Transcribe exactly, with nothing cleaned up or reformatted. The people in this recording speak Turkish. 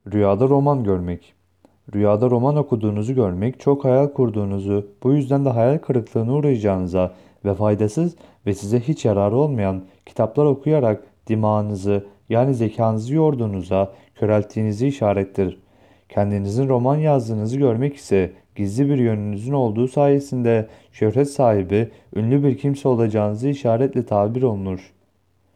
Rüyada roman görmek. Rüyada roman okuduğunuzu görmek, çok hayal kurduğunuzu, bu yüzden de hayal kırıklığına uğrayacağınıza ve faydasız ve size hiç yararı olmayan kitaplar okuyarak dimağınızı yani zekanızı yorduğunuza, körelttiğinizi işarettir. Kendinizin roman yazdığınızı görmek ise gizli bir yönünüzün olduğu sayesinde şöhret sahibi, ünlü bir kimse olacağınızı işaretle tabir olunur.